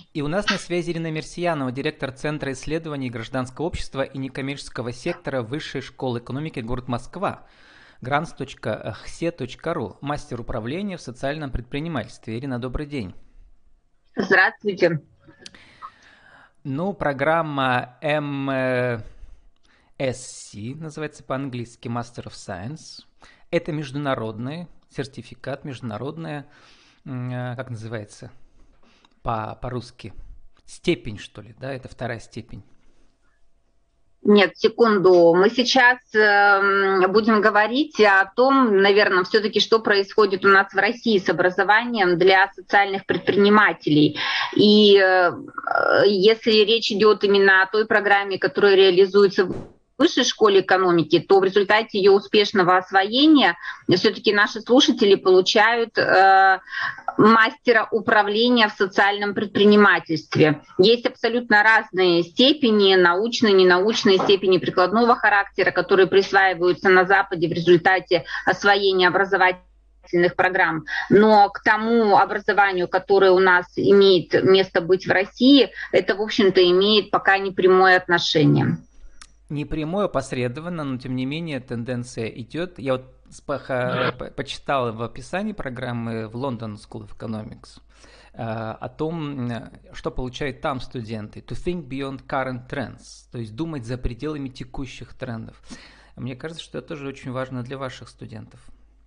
И у нас на связи Ирина Мерсьянова, директор Центра исследований гражданского общества и некоммерческого сектора Высшей школы экономики город Москва, grants.hse.ru, мастер управления в социальном предпринимательстве. Ирина, добрый день. Здравствуйте. Ну, программа MSc, называется по-английски Master of Science. Это международный сертификат, международная, как называется по-русски, степень, что ли, да, это вторая степень. Нет, секунду. Мы сейчас будем говорить о том, наверное, все-таки, что происходит у нас в России с образованием для социальных предпринимателей. И если речь идет именно о той программе, которая реализуется в Высшей школе экономики, то в результате ее успешного освоения все-таки наши слушатели получают мастера управления в социальном предпринимательстве. Есть абсолютно разные степени, научные, ненаучные, степени прикладного характера, которые присваиваются на Западе в результате освоения образовательных программ. Но к тому образованию, которое у нас имеет место быть в России, это, в общем-то, имеет пока непрямое отношение. Не прямое, опосредованно, но тем не менее тенденция идет. Я вот почитал в описании программы в London School of Economics о том, что получают там студенты. To think beyond current trends, то есть думать за пределами текущих трендов. Мне кажется, что это тоже очень важно для ваших студентов.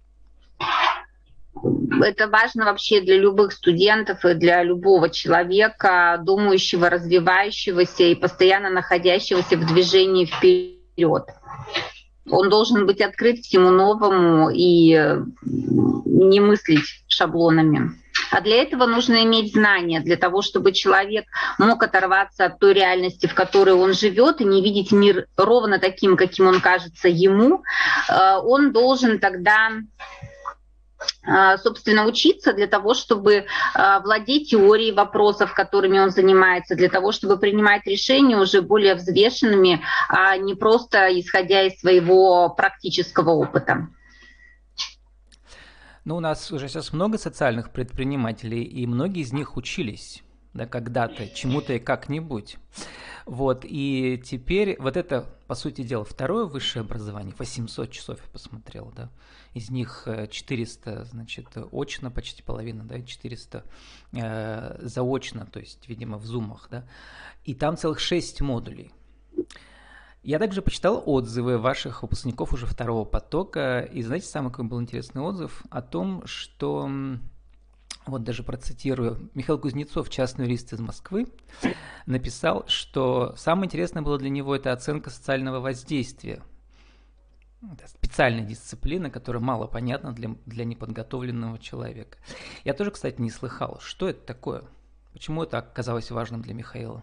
Это важно вообще для любых студентов и для любого человека, думающего, развивающегося и постоянно находящегося в движении вперед. Он должен быть открыт всему новому и не мыслить шаблонами. А для этого нужно иметь знания, для того, чтобы человек мог оторваться от той реальности, в которой он живет, и не видеть мир ровно таким, каким он кажется ему. Он должен тогда, собственно, учиться для того, чтобы владеть теорией вопросов, которыми он занимается, для того, чтобы принимать решения уже более взвешенными, а не просто исходя из своего практического опыта. Ну, у нас уже сейчас много социальных предпринимателей, и многие из них учились, да, когда-то, чему-то и как-нибудь. Вот, и теперь вот это, по сути дела, второе высшее образование, 800 часов я посмотрел, да, из них 400, значит, очно, почти половина, да, 400 заочно, то есть, видимо, в зумах, да, и там целых 6 модулей. Я также почитал отзывы ваших выпускников уже второго потока, и знаете, самый какой был интересный отзыв о том, что... Вот даже процитирую. Михаил Кузнецов, частный юрист из Москвы, написал, что самое интересное было для него это оценка социального воздействия. Это специальная дисциплина, которая мало понятна для неподготовленного человека. Я тоже, кстати, не слыхал, что это такое, почему это оказалось важным для Михаила.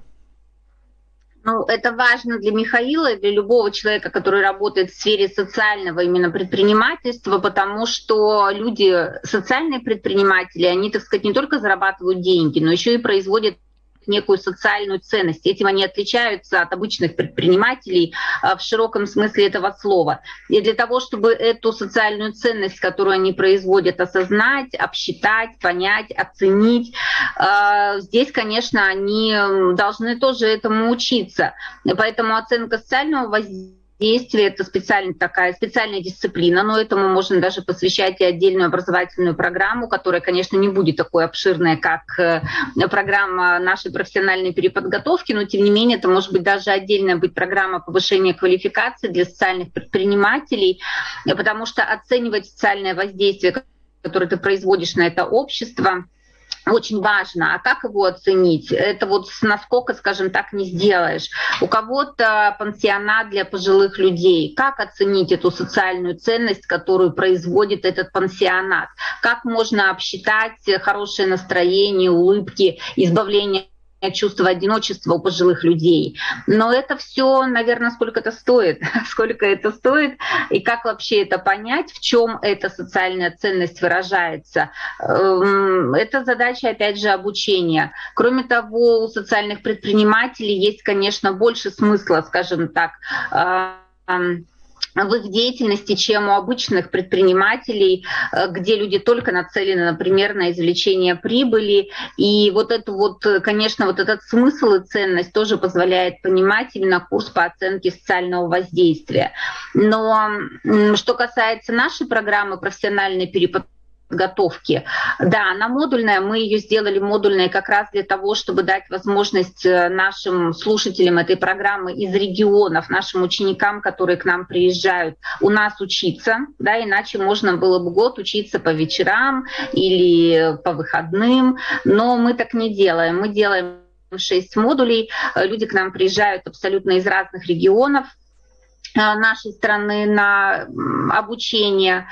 Ну, это важно для Михаила и для любого человека, который работает в сфере социального именно предпринимательства, потому что люди, социальные предприниматели, они, так сказать, не только зарабатывают деньги, но еще и производят некую социальную ценность. Этим они отличаются от обычных предпринимателей в широком смысле этого слова. И для того, чтобы эту социальную ценность, которую они производят, осознать, обсчитать, понять, оценить, здесь, конечно, они должны тоже этому учиться. Поэтому оценка социального воздействия это специальная дисциплина, но этому можно даже посвящать и отдельную образовательную программу, которая, конечно, не будет такой обширной, как программа нашей профессиональной переподготовки, но тем не менее это может быть даже отдельная быть программа повышения квалификации для социальных предпринимателей, потому что оценивать социальное воздействие, которое ты производишь на это общество, очень важно. А как его оценить? Это вот насколько, скажем так, не сделаешь. У кого-то пансионат для пожилых людей. Как оценить эту социальную ценность, которую производит этот пансионат? Как можно обсчитать хорошее настроение, улыбки, избавление чувство одиночества у пожилых людей. Но это все, наверное, сколько это стоит, и как вообще это понять, в чем эта социальная ценность выражается. Это задача, опять же, обучения. Кроме того, у социальных предпринимателей есть, конечно, больше смысла, скажем так, в их деятельности, чем у обычных предпринимателей, где люди только нацелены, например, на извлечение прибыли. И вот это вот, конечно, вот этот смысл и ценность тоже позволяет понимать именно курс по оценке социального воздействия. Но что касается нашей программы профессиональной переподготовки, да, она модульная, мы ее сделали модульной как раз для того, чтобы дать возможность нашим слушателям этой программы из регионов, нашим ученикам, которые к нам приезжают, у нас учиться, да, иначе можно было бы год учиться по вечерам или по выходным, но мы так не делаем, мы делаем 6 модулей, люди к нам приезжают абсолютно из разных регионов нашей страны на обучение.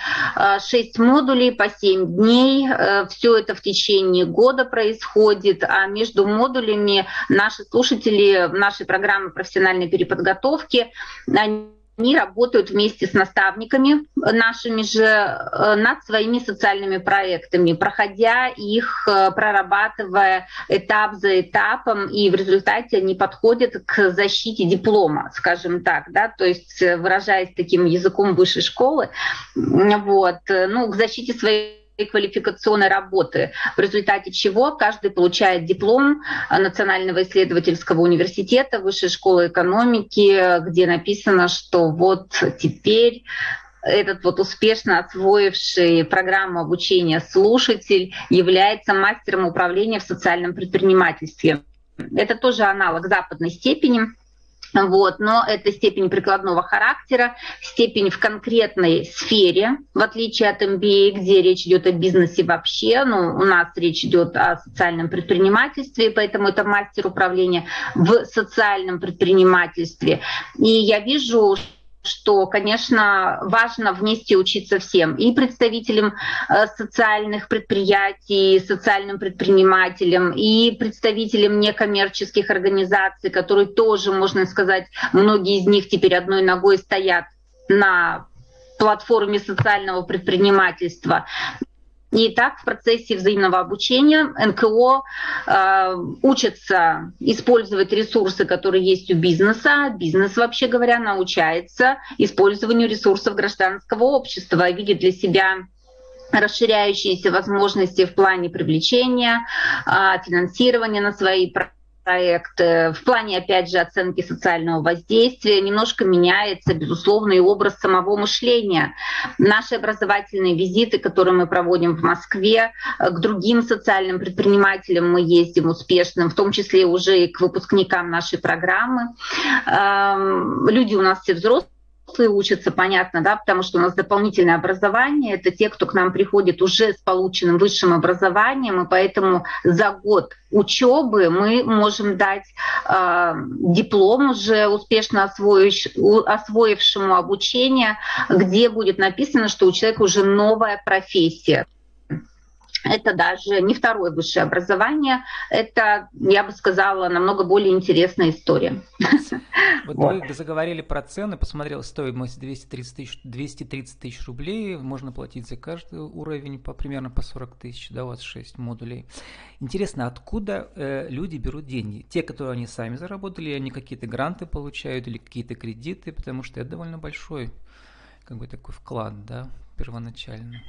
6 модулей по 7 дней. Все это в течение года происходит, а между модулями наши слушатели нашей программы профессиональной переподготовки, они работают вместе с наставниками нашими же над своими социальными проектами, проходя их, прорабатывая этап за этапом, и в результате они подходят к защите диплома, скажем так, да, то есть выражаясь таким языком высшей школы, вот, к защите своей квалификационной работы, в результате чего каждый получает диплом Национального исследовательского университета, Высшей школы экономики, где написано, что вот теперь этот вот успешно освоивший программу обучения слушатель является мастером управления в социальном предпринимательстве. Это тоже аналог западной степени. Вот, но это степень прикладного характера, степень в конкретной сфере, в отличие от MBA, где речь идет о бизнесе вообще. У нас речь идет о социальном предпринимательстве, поэтому это мастер управления в социальном предпринимательстве. И я вижу, что, конечно, важно вместе учиться всем, и представителям социальных предприятий, социальным предпринимателям, и представителям некоммерческих организаций, которые тоже, можно сказать, многие из них теперь одной ногой стоят на платформе социального предпринимательства. И так в процессе взаимного обучения НКО учатся использовать ресурсы, которые есть у бизнеса. Бизнес, вообще говоря, научается использованию ресурсов гражданского общества, видит для себя расширяющиеся возможности в плане привлечения, финансирования на свои проекты. В плане, опять же, оценки социального воздействия немножко меняется, безусловно, и образ самого мышления. Наши образовательные визиты, которые мы проводим в Москве, к другим социальным предпринимателям мы ездим успешным, в том числе уже и к выпускникам нашей программы. Люди у нас все взрослые, учатся, понятно, да, потому что у нас дополнительное образование, это те, кто к нам приходит уже с полученным высшим образованием, и поэтому за год учебы мы можем дать диплом уже успешно освоившему обучение, где будет написано, что у человека уже новая профессия. Это даже не второе высшее образование, это, я бы сказала, намного более интересная история. Вот вы заговорили про цены, посмотрел стоимость 230 тысяч рублей, можно платить за каждый уровень примерно по 40 тысяч, да, у вас 6 модулей. Интересно, откуда люди берут деньги? Те, которые они сами заработали, они какие-то гранты получают или какие-то кредиты, потому что это довольно большой такой вклад, да, первоначально.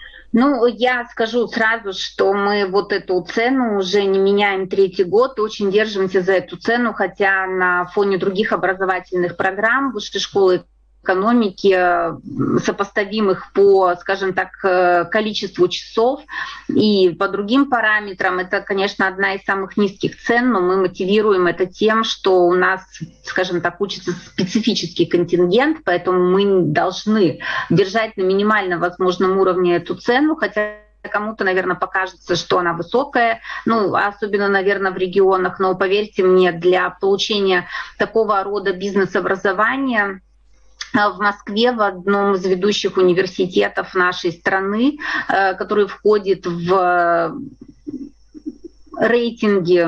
Я скажу сразу, что мы вот эту цену уже не меняем 3-й год, очень держимся за эту цену, хотя на фоне других образовательных программ Высшей школы экономики, сопоставимых по, скажем так, количеству часов и по другим параметрам, это, конечно, одна из самых низких цен, но мы мотивируем это тем, что у нас, скажем так, учится специфический контингент, поэтому мы должны держать на минимально возможном уровне эту цену, хотя кому-то, наверное, покажется, что она высокая, особенно, наверное, в регионах, но поверьте мне, для получения такого рода бизнес-образования в Москве, в одном из ведущих университетов нашей страны, который входит в рейтинги,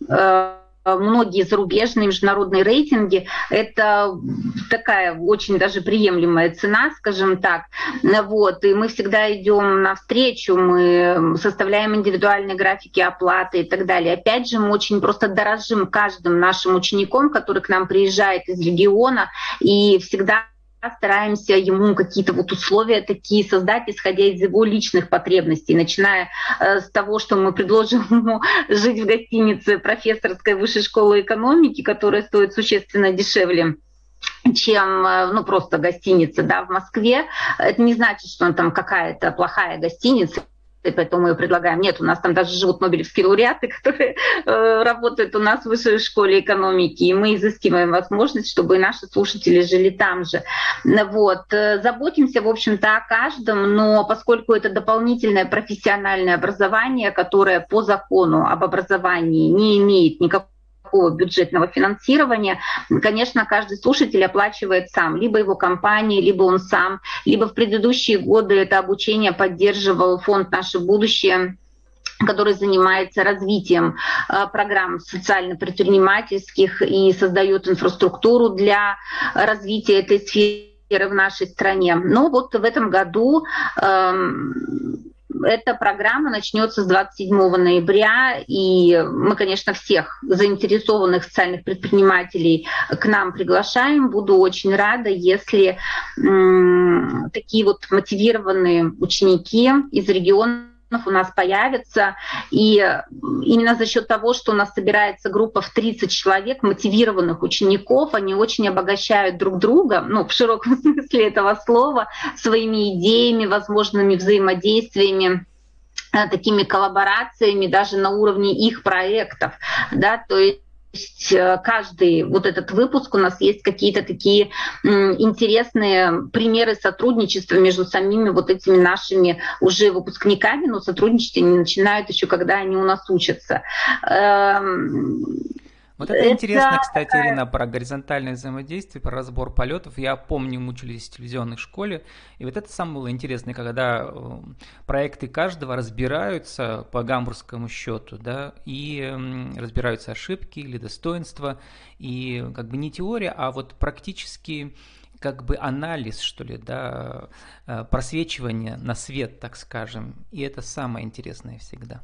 многие зарубежные международные рейтинги, это такая очень даже приемлемая цена, скажем так. И мы всегда идем навстречу, мы составляем индивидуальные графики оплаты и так далее. Опять же, мы очень просто дорожим каждым нашим учеником, который к нам приезжает из региона, и всегда стараемся ему какие-то вот условия такие создать, исходя из его личных потребностей, начиная с того, что мы предложим ему жить в гостинице профессорской высшей школы экономики, которая стоит существенно дешевле, чем ну, просто гостиница, да, в Москве. Это не значит, что он там какая-то плохая гостиница, и поэтому мы ее предлагаем. Нет, у нас там даже живут нобелевские лауреаты, которые работают у нас в высшей школе экономики, и мы изыскиваем возможность, чтобы и наши слушатели жили там же. Вот. Заботимся, в общем-то, о каждом, но поскольку это дополнительное профессиональное образование, которое по закону об образовании не имеет никакого бюджетного финансирования, конечно, каждый слушатель оплачивает сам, либо его компания, либо он сам, либо в предыдущие годы это обучение поддерживал фонд «Наше будущее», который занимается развитием программ социально-предпринимательских и создает инфраструктуру для развития этой сферы в нашей стране. Но вот в этом году эта программа начнется с 27 ноября, и мы, конечно, всех заинтересованных социальных предпринимателей к нам приглашаем. Буду очень рада, если такие вот мотивированные ученики из региона у нас появится. И именно за счет того, что у нас собирается группа в 30 человек, мотивированных учеников, они очень обогащают друг друга, ну, в широком смысле этого слова, своими идеями, возможными взаимодействиями, такими коллаборациями даже на уровне их проектов. Да, то есть каждый вот этот выпуск у нас есть какие-то такие интересные примеры сотрудничества между самими вот этими нашими уже выпускниками, но сотрудничать они начинают еще, когда они у нас учатся. Вот это интересно, кстати, Ирина, про горизонтальное взаимодействие, про разбор полетов. Я помню, мы учились в телевизионной школе, и вот это самое было интересное, когда проекты каждого разбираются по гамбургскому счету, да, и разбираются ошибки или достоинства, и как бы не теория, а вот практически как бы анализ, что ли, да, просвечивание на свет, так скажем, и это самое интересное всегда.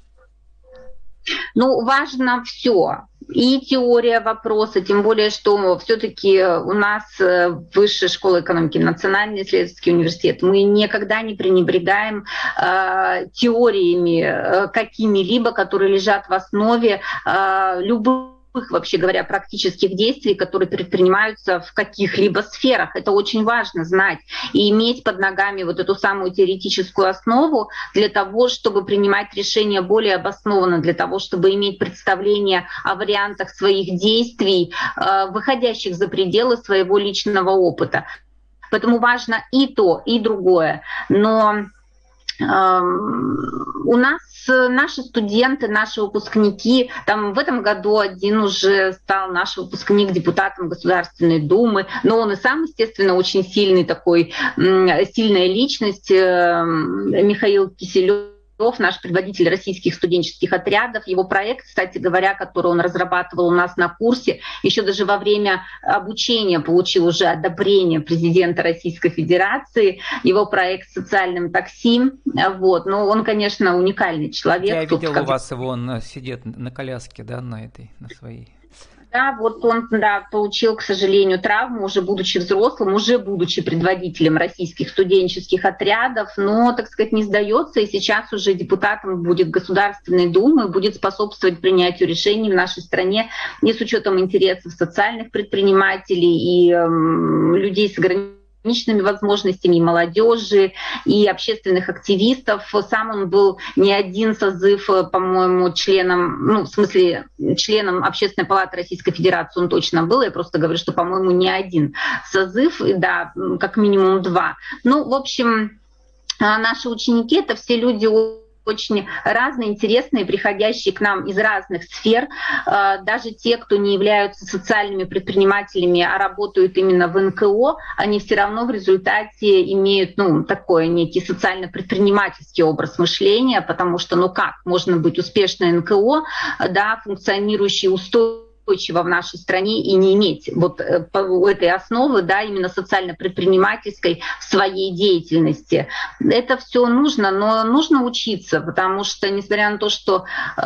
Ну, важно все. И теория вопроса, тем более, что все-таки у нас Высшая школа экономики, Национальный исследовательский университет, мы никогда не пренебрегаем теориями какими-либо, которые лежат в основе любых, вообще говоря, практических действий, которые предпринимаются в каких-либо сферах. Это очень важно знать и иметь под ногами вот эту самую теоретическую основу для того, чтобы принимать решения более обоснованно, для того, чтобы иметь представление о вариантах своих действий, выходящих за пределы своего личного опыта. Поэтому важно и то, и другое. Но у нас наши студенты, наши выпускники, там в этом году один уже стал наш выпускник депутатом Государственной Думы, но он и сам, естественно, очень сильный такой, сильная личность, Михаил Киселёв, наш предводитель российских студенческих отрядов. Его проект, кстати говоря, который он разрабатывал у нас на курсе, еще даже во время обучения получил уже одобрение президента Российской Федерации. Его проект с социальным такси. Вот. Но он, конечно, уникальный человек. Я видел у вас его, он сидит на коляске, да, на своей. Да, вот он, да, получил, к сожалению, травму, уже будучи взрослым, уже будучи предводителем российских студенческих отрядов, но, так сказать, не сдается, и сейчас уже депутатом будет Государственной Думы, будет способствовать принятию решений в нашей стране и с учетом интересов социальных предпринимателей и людей с ограниченными возможностями, и молодежи, и общественных активистов. Сам он был не один созыв, по-моему, членом, ну, в смысле, членом Общественной палаты Российской Федерации он точно был. Я просто говорю, что, по-моему, не один созыв, и да, как минимум 2. Ну, в общем, наши ученики — это все люди очень разные, интересные, приходящие к нам из разных сфер. Даже те, кто не являются социальными предпринимателями, а работают именно в НКО, они все равно в результате имеют, ну, такой некий социально-предпринимательский образ мышления, потому что, ну как можно быть успешной НКО, да, функционирующей устойчивой устойчиво в нашей стране и не иметь вот у этой основы, да, именно социально-предпринимательской в своей деятельности. Это все нужно, но нужно учиться, потому что, несмотря на то, что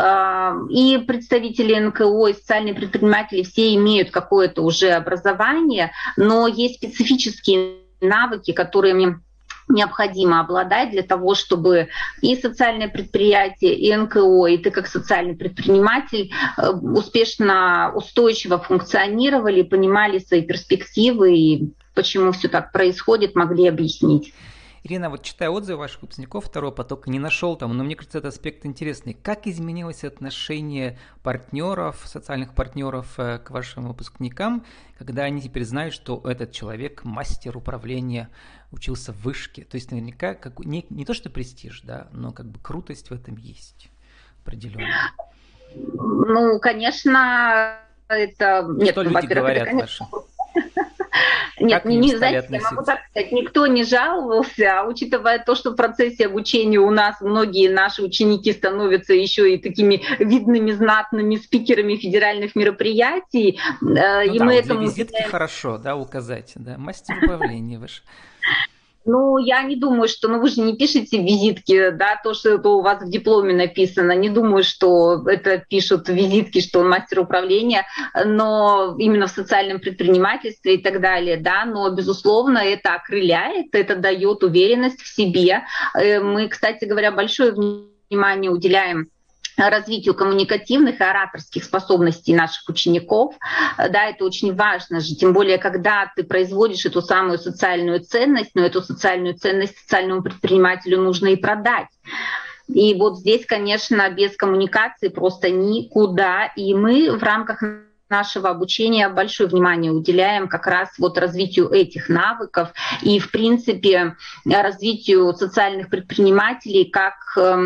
и представители НКО, и социальные предприниматели все имеют какое-то уже образование, но есть специфические навыки, которыми необходимо обладать для того, чтобы и социальное предприятие, и НКО, и ты как социальный предприниматель успешно, устойчиво функционировали, понимали свои перспективы и почему все так происходит, могли объяснить. Ирина, вот читая отзывы ваших выпускников второго потока, не нашел там, но мне кажется, этот аспект интересный. Как изменилось отношение партнеров, социальных партнеров к вашим выпускникам, когда они теперь знают, что этот человек мастер управления, учился в вышке? То есть наверняка не то что престиж, да, но как бы крутость в этом есть определенная. Ну, конечно, это... Нет, что люди говорят, это, конечно... ваши? Нет, знаете, я могу так сказать, никто не жаловался, а учитывая то, что в процессе обучения у нас многие наши ученики становятся еще и такими видными, знатными спикерами федеральных мероприятий, ну и да, мы этому... визитки хорошо, да, указать, да, мастер управления ваш. Ну, я не думаю, что... Ну, вы же не пишете в визитке, да, то, что это у вас в дипломе написано. Не думаю, что это пишут в визитке, что он мастер управления, но именно в социальном предпринимательстве и так далее, да. Но, безусловно, это окрыляет, это дает уверенность в себе. Мы, кстати говоря, большое внимание уделяем развитию коммуникативных и ораторских способностей наших учеников. Да, это очень важно же, тем более, когда ты производишь эту самую социальную ценность, но эту социальную ценность социальному предпринимателю нужно и продать. И вот здесь, конечно, без коммуникации просто никуда. И мы в рамках нашего обучения большое внимание уделяем как раз вот развитию этих навыков и, в принципе, развитию социальных предпринимателей как,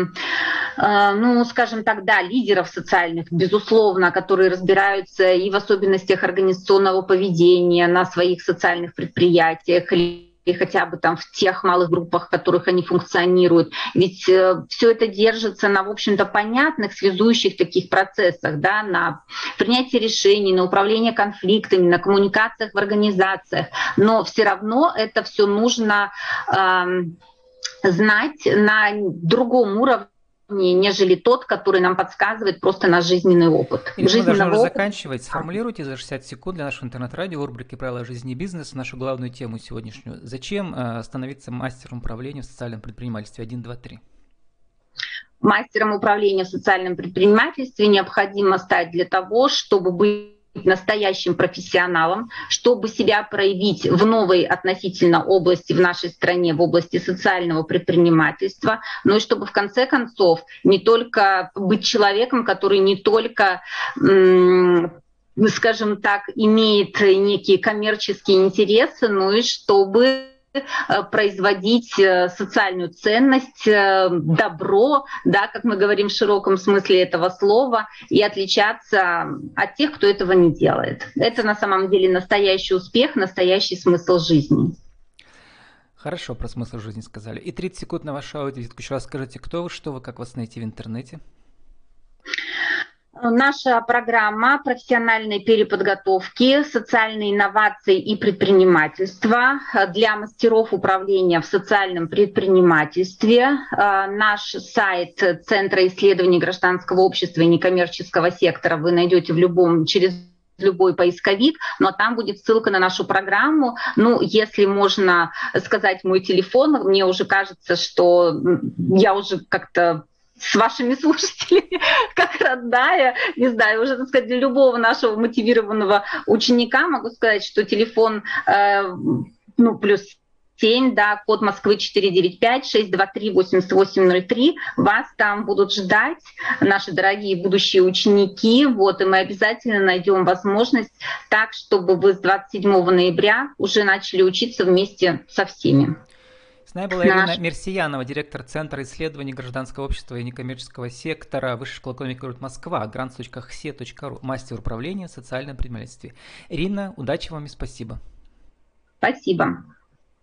ну, скажем так, да, лидеров социальных, безусловно, которые разбираются и в особенностях организационного поведения на своих социальных предприятиях, или хотя бы там в тех малых группах, в которых они функционируют. Ведь все это держится на, в общем-то, понятных, связующих таких процессах, да, на принятии решений, на управлении конфликтами, на коммуникациях в организациях. Но все равно это все нужно знать на другом уровне, нежели тот, который нам подсказывает просто наш жизненный опыт. Мы должны уже заканчивать. Сформулируйте за 60 секунд для нашего интернет-радио в рубрике «Правила жизни и бизнеса» нашу главную тему сегодняшнюю. Зачем становиться мастером управления в социальном предпринимательстве? 1, 2, 3. Мастером управления в социальном предпринимательстве необходимо стать для того, чтобы быть настоящим профессионалом, чтобы себя проявить в новой относительно области в нашей стране, в области социального предпринимательства, но и чтобы в конце концов не только быть человеком, который не только скажем так, имеет некие коммерческие интересы, но и чтобы производить социальную ценность, добро, да, как мы говорим в широком смысле этого слова, и отличаться от тех, кто этого не делает. Это на самом деле настоящий успех, настоящий смысл жизни. Хорошо, про смысл жизни сказали. И 30 секунд на вашу аудиовизитку. Еще раз скажите, кто вы, что вы, как вас найти в интернете? Наша программа профессиональной переподготовки, социальные инновации и предпринимательства для мастеров управления в социальном предпринимательстве. Наш сайт Центра исследований гражданского общества и некоммерческого сектора вы найдете через любой поисковик, но там будет ссылка на нашу программу. Ну, если можно сказать мой телефон, мне уже кажется, что я уже как-то с вашими слушателями, как родная, не знаю, уже, так сказать, для любого нашего мотивированного ученика могу сказать, что телефон, +7, да, код Москвы 495-623-8803, вас там будут ждать наши дорогие будущие ученики, вот, и мы обязательно найдем возможность так, чтобы вы с 27 ноября уже начали учиться вместе со всеми. С нами была Ирина Мерсиянова, директор Центра исследований гражданского общества и некоммерческого сектора Высшей школы экономики ГУ Москва, grants.xe.ru, мастер управления в социальном предпринимательстве. Ирина, удачи вам и спасибо. Спасибо.